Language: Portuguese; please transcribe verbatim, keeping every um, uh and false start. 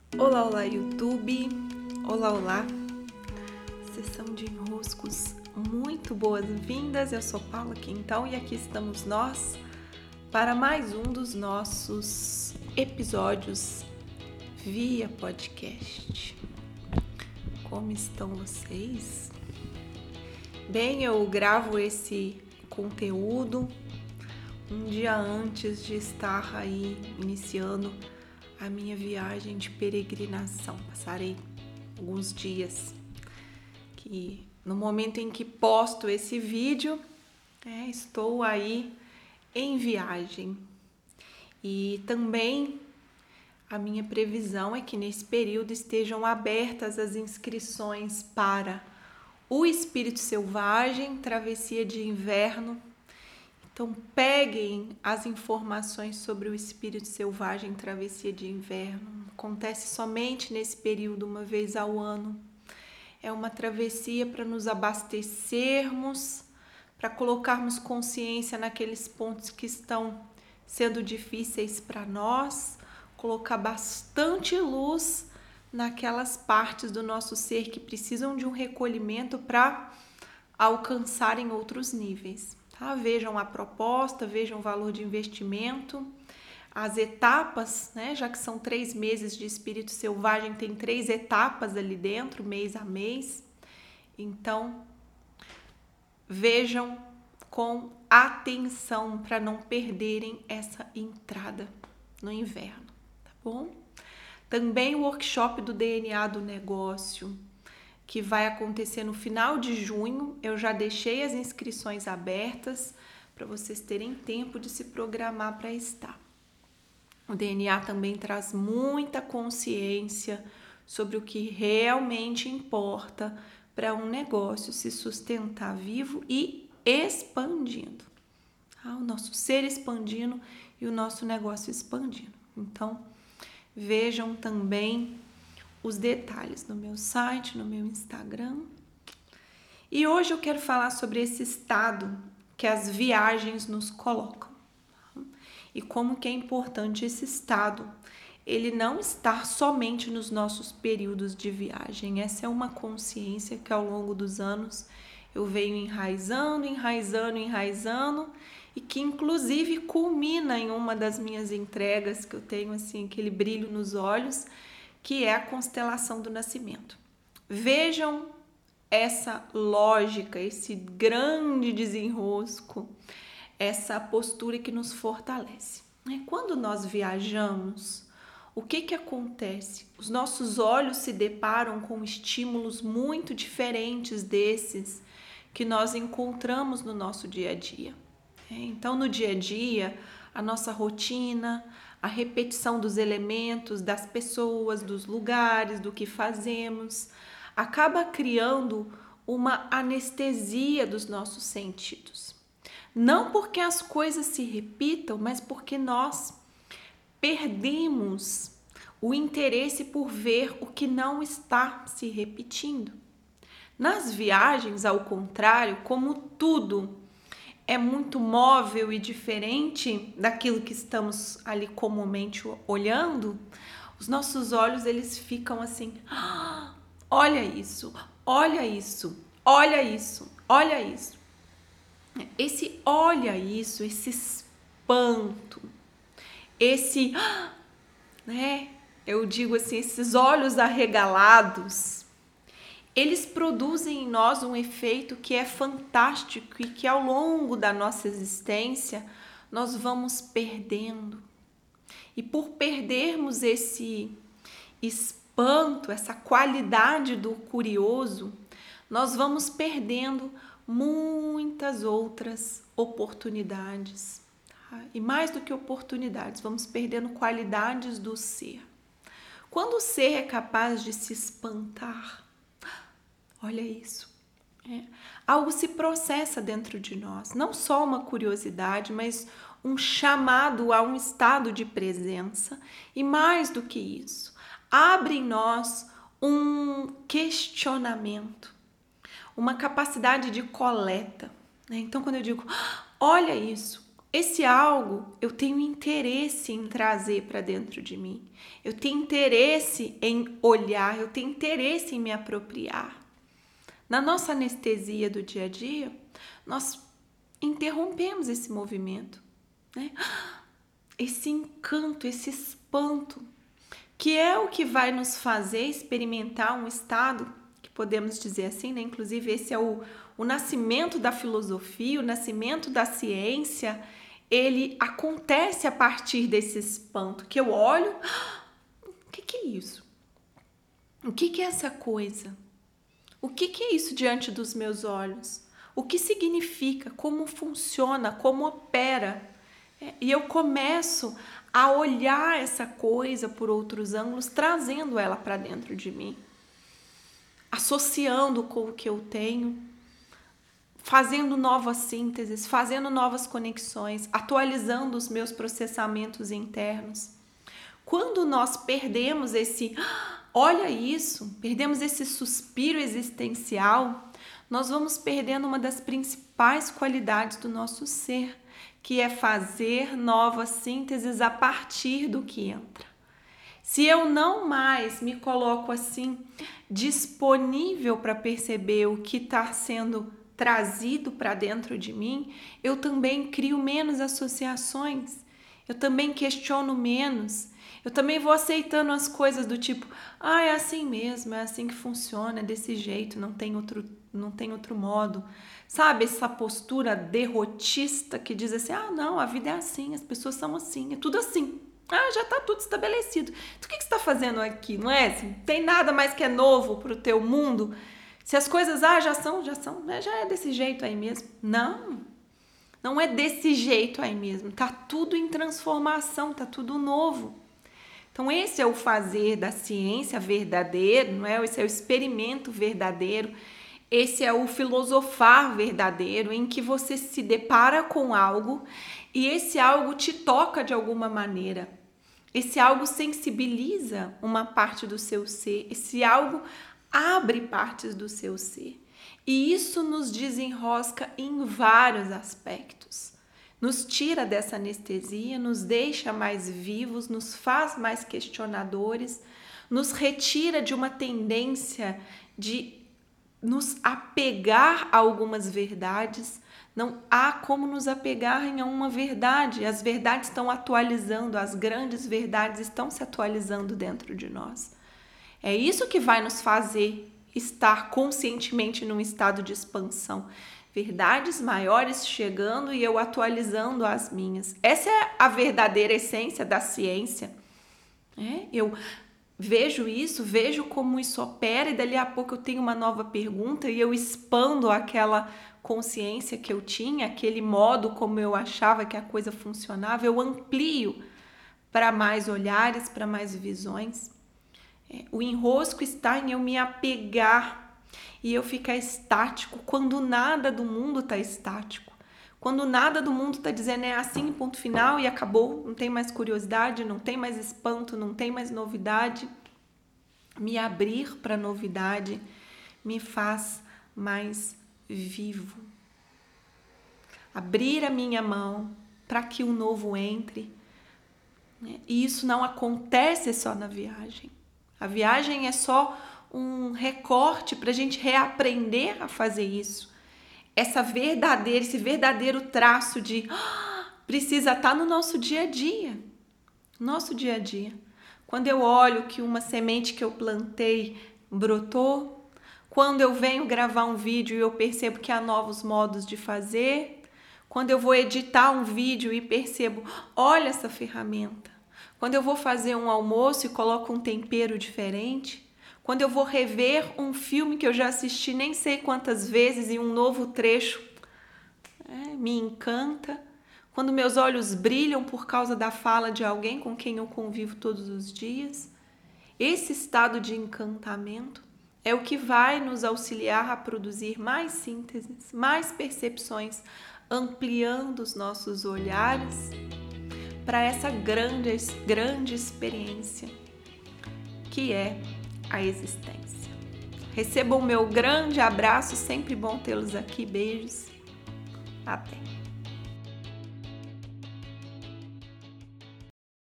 Olá, olá, YouTube! Olá, olá! Sessão de enroscos muito boas-vindas. Eu sou Paula Quintal e aqui estamos nós para mais um dos nossos episódios via podcast. Como estão vocês? Bem, eu gravo esse conteúdo um dia antes de estar aí iniciando a minha viagem de peregrinação. Passarei alguns dias que no momento em que posto esse vídeo, é, estou aí em viagem. E também a minha previsão é que nesse período estejam abertas as inscrições para o Espírito Selvagem, Travessia de Inverno. Então, peguem as informações sobre o Espírito Selvagem, Travessia de Inverno. Acontece somente nesse período, uma vez ao ano. É uma travessia para nos abastecermos, para colocarmos consciência naqueles pontos que estão sendo difíceis para nós, colocar bastante luz naquelas partes do nosso ser que precisam de um recolhimento para alcançarem outros níveis. Tá? Vejam a proposta, vejam o valor de investimento, as etapas, né? Já que são três meses de Espírito Selvagem, tem três etapas ali dentro, mês a mês. Então, vejam com atenção para não perderem essa entrada no inverno, tá bom? Também o workshop do D N A do negócio, que vai acontecer no final de junho. Eu já deixei as inscrições abertas para vocês terem tempo de se programar para estar. O D N A também traz muita consciência sobre o que realmente importa para um negócio se sustentar vivo e expandindo. Tá? O nosso ser expandindo e o nosso negócio expandindo. Então, vejam também os detalhes no meu site, no meu Instagram. E hoje eu quero falar sobre esse estado que as viagens nos colocam. E como que é importante esse estado, ele não estar somente nos nossos períodos de viagem. Essa é uma consciência que ao longo dos anos eu venho enraizando, enraizando, enraizando, e que inclusive culmina em uma das minhas entregas, que eu tenho assim aquele brilho nos olhos, que é a constelação do nascimento. Vejam essa lógica, esse grande desenrosco, essa postura que nos fortalece. Quando nós viajamos, o que que acontece? Os nossos olhos se deparam com estímulos muito diferentes desses que nós encontramos no nosso dia a dia. Então, no dia a dia, a nossa rotina, a repetição dos elementos, das pessoas, dos lugares, do que fazemos, acaba criando uma anestesia dos nossos sentidos. Não porque as coisas se repitam, mas porque nós perdemos o interesse por ver o que não está se repetindo. Nas viagens, ao contrário, como tudo é muito móvel e diferente daquilo que estamos ali comumente olhando, os nossos olhos eles ficam assim, ah, olha isso, olha isso, olha isso, olha isso. Esse olha isso, esse espanto, esse, né, eu digo assim, esses olhos arregalados, eles produzem em nós um efeito que é fantástico e que ao longo da nossa existência nós vamos perdendo. E por perdermos esse espanto, essa qualidade do curioso, nós vamos perdendo muitas outras oportunidades. Tá? E mais do que oportunidades, vamos perdendo qualidades do ser. Quando o ser é capaz de se espantar, olha isso. É. Algo se processa dentro de nós. Não só uma curiosidade, mas um chamado a um estado de presença. E mais do que isso, abre em nós um questionamento, uma capacidade de coleta. Né? Então, quando eu digo, olha isso, esse algo eu tenho interesse em trazer para dentro de mim. Eu tenho interesse em olhar, eu tenho interesse em me apropriar. Na nossa anestesia do dia a dia, nós interrompemos esse movimento, né? Esse encanto, esse espanto, que é o que vai nos fazer experimentar um estado, que podemos dizer assim, né? Inclusive esse é o, o nascimento da filosofia, o nascimento da ciência. Ele acontece a partir desse espanto, que eu olho, o que, que é isso? O que, que é essa coisa? O que, que é isso diante dos meus olhos? O que significa? Como funciona? Como opera? É, e eu começo a olhar essa coisa por outros ângulos, trazendo ela para dentro de mim, associando com o que eu tenho, fazendo novas sínteses, fazendo novas conexões, atualizando os meus processamentos internos. Quando nós perdemos esse, olha isso, perdemos esse suspiro existencial, nós vamos perdendo uma das principais qualidades do nosso ser, que é fazer novas sínteses a partir do que entra. Se eu não mais me coloco assim, disponível para perceber o que está sendo trazido para dentro de mim, eu também crio menos associações, eu também questiono menos, eu também vou aceitando as coisas do tipo, ah, é assim mesmo, é assim que funciona, é desse jeito, não tem outro, não tem outro modo. Sabe, essa postura derrotista que diz assim, ah, não, a vida é assim, as pessoas são assim, é tudo assim. Ah, já está tudo estabelecido. Então, o que, que você está fazendo aqui, não é? Não tem nada mais que é novo para o teu mundo. Se as coisas, ah, já são, já são, né? Já é desse jeito aí mesmo. Não, não é desse jeito aí mesmo. Tá tudo em transformação, tá tudo novo. Então, esse é o fazer da ciência verdadeiro, não é? Esse é o experimento verdadeiro. Esse é o filosofar verdadeiro, em que você se depara com algo e esse algo te toca de alguma maneira. Esse algo sensibiliza uma parte do seu ser. Esse algo abre partes do seu ser. E isso nos desenrosca em vários aspectos. Nos tira dessa anestesia, nos deixa mais vivos, nos faz mais questionadores, nos retira de uma tendência de nos apegar a algumas verdades. Não há como nos apegar em uma verdade. As verdades estão atualizando, as grandes verdades estão se atualizando dentro de nós. É isso que vai nos fazer estar conscientemente num estado de expansão. Verdades maiores chegando e eu atualizando as minhas. Essa é a verdadeira essência da ciência. É, eu vejo isso, vejo como isso opera e dali a pouco eu tenho uma nova pergunta e eu expando aquela consciência que eu tinha, aquele modo como eu achava que a coisa funcionava, eu amplio para mais olhares, para mais visões. É, o enrosco está em eu me apegar e eu ficar estático quando nada do mundo está estático. Quando nada do mundo está dizendo é assim, ponto final e acabou, não tem mais curiosidade, não tem mais espanto, não tem mais novidade. Me abrir para a novidade me faz mais vivo. Abrir a minha mão para que o novo entre. Né? E isso não acontece só na viagem. A viagem é só um recorte para a gente reaprender a fazer isso. Essa verdadeira, esse verdadeiro traço de ah, precisa estar no nosso dia a dia. Nosso dia a dia. Quando eu olho que uma semente que eu plantei brotou, quando eu venho gravar um vídeo e eu percebo que há novos modos de fazer, quando eu vou editar um vídeo e percebo, olha essa ferramenta. Quando eu vou fazer um almoço e coloco um tempero diferente, quando eu vou rever um filme que eu já assisti nem sei quantas vezes e um novo trecho é, me encanta, quando meus olhos brilham por causa da fala de alguém com quem eu convivo todos os dias, esse estado de encantamento é o que vai nos auxiliar a produzir mais sínteses, mais percepções, ampliando os nossos olhares para essa grande, grande experiência que é a existência. Recebam o meu grande abraço, sempre bom tê-los aqui. Beijos. Até.